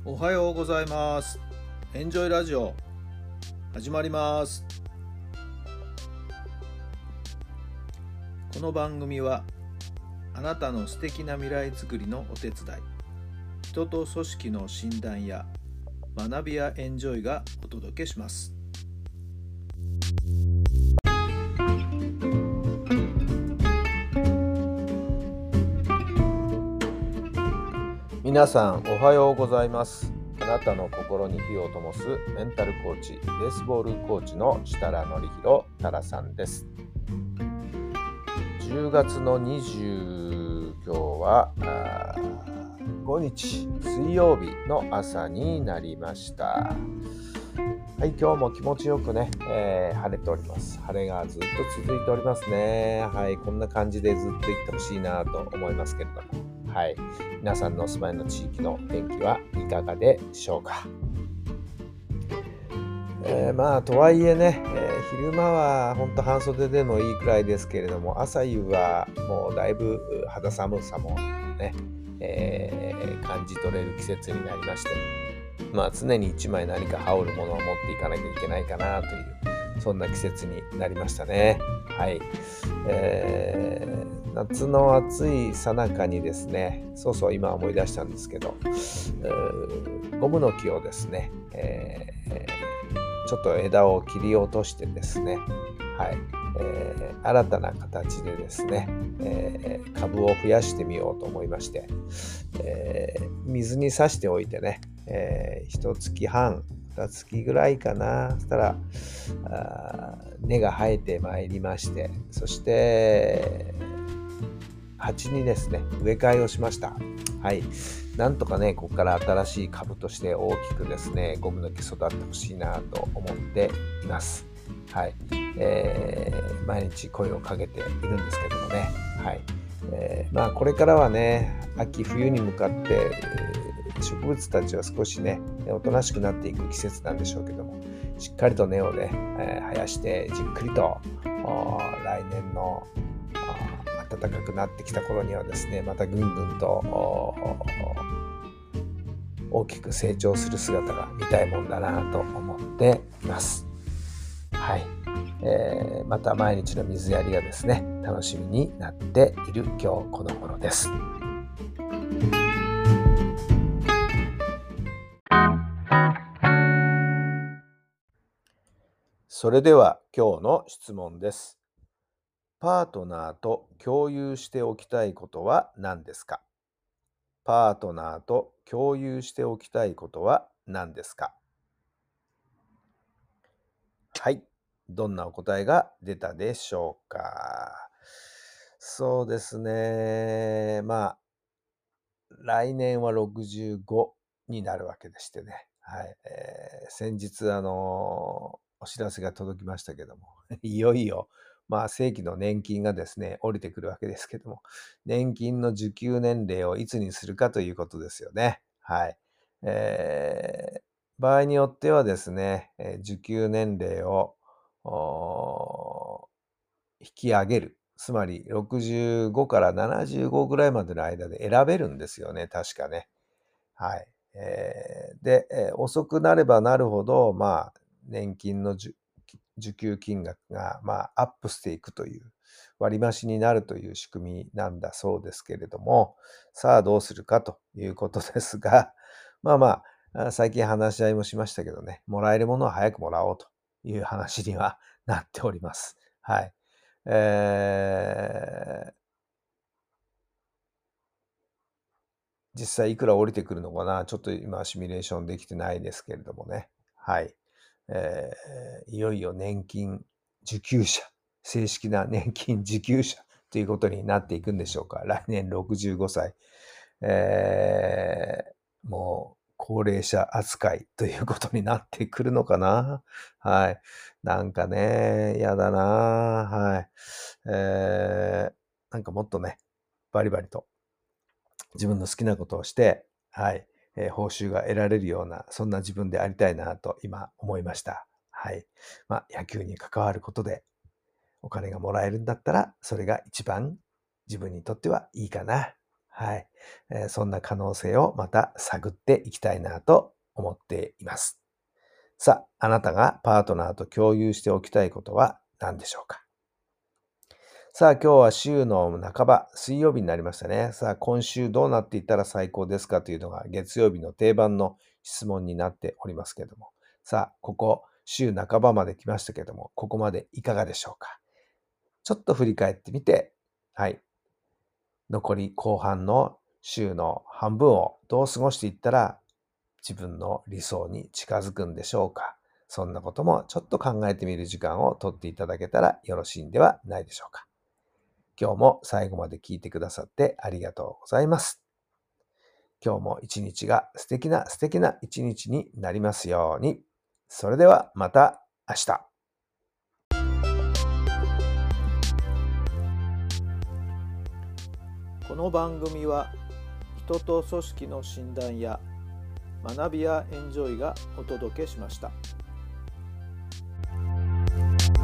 おはようございます。エンジョイラジオ始まります。この番組はあなたの素敵な未来づくりのお手伝い、人と組織の診断や学びやエンジョイがお届けします。皆さんおはようございます。あなたの心に火を灯すメンタルコーチ、ベースボールコーチの設楽範弘太良さんです。10月の20今日は5日水曜日の朝になりました。はい、今日も気持ちよくね、晴れております。晴れがずっと続いておりますね。はい、こんな感じでずっと行ってほしいなと思いますけれども、はい、皆さんのお住まいの地域の天気はいかがでしょうか。とはいえね、昼間は本当半袖でもいいくらいですけれども、朝夕はもうだいぶ肌寒さもね、感じ取れる季節になりまして、常に一枚何か羽織るものを持っていかなきゃいけないかなという、そんな季節になりましたね。はい、夏の暑い最中にですね、そう今思い出したんですけど、ゴムの木をですね、ちょっと枝を切り落としてですね、はい、新たな形でですね、株を増やしてみようと思いまして、水にさしておいてね、1月半2月ぐらいかな、そしたら根が生えてまいりまして、そして鉢にですね植え替えをしました。はい、なんとかねここから新しい株として大きくですねゴムの木育ってほしいなと思っています。はい、毎日声をかけているんですけどもね、はい、これからはね秋冬に向かって植物たちは少しねおとなしくなっていく季節なんでしょうけども、しっかりと根をね、生やしてじっくりと来年の暖かくなってきた頃にはですね、またぐんぐんと大きく成長する姿が見たいもんだなと思っています。はい、また毎日の水やりがですね楽しみになっている今日この頃です。それでは今日の質問です。パートナーと共有しておきたいことは何ですか？パートナーと共有しておきたいことは何ですか？はい、どんなお答えが出たでしょうか。そうですね、来年は65になるわけでしてね、はい、先日お知らせが届きましたけどもいよいよ正規の年金がですね降りてくるわけですけども、年金の受給年齢をいつにするかということですよね。はい、場合によってはですね、受給年齢を引き上げる、つまり65から75ぐらいまでの間で選べるんですよね、確かね。はい。で、遅くなればなるほど、年金の受給金額が、アップしていくという、割増になるという仕組みなんだそうですけれども、さあどうするかということですが、最近話し合いもしましたけどね、もらえるものは早くもらおうという話にはなっております。はい。実際いくら降りてくるのかな、ちょっと今シミュレーションできてないですけれどもね。はい。いよいよ年金受給者、正式な年金受給者ということになっていくんでしょうか。来年65歳。もう高齢者扱いということになってくるのかな。はい。なんかね、やだな。はい。なんかもっとね、バリバリと自分の好きなことをして、はい、報酬が得られるような、そんな自分でありたいなと今思いました。はい。野球に関わることでお金がもらえるんだったら、それが一番自分にとってはいいかな。 はい。そんな可能性をまた探っていきたいなと思っています。さあ、あなたがパートナーと共有しておきたいことは何でしょうか？さあ、今日は週の半ば、水曜日になりましたね。さあ、今週どうなっていったら最高ですかというのが月曜日の定番の質問になっておりますけれども。さあ、ここ週半ばまで来ましたけれども、ここまでいかがでしょうか？ちょっと振り返ってみて、はい。残り後半の週の半分をどう過ごしていったら自分の理想に近づくんでしょうか。そんなこともちょっと考えてみる時間をとっていただけたらよろしいんではないでしょうか。今日も最後まで聞いてくださってありがとうございます。今日も一日が素敵な一日になりますように。それではまた明日。 この番組は人と組織の診断や学びやエンジョイがお届けしました。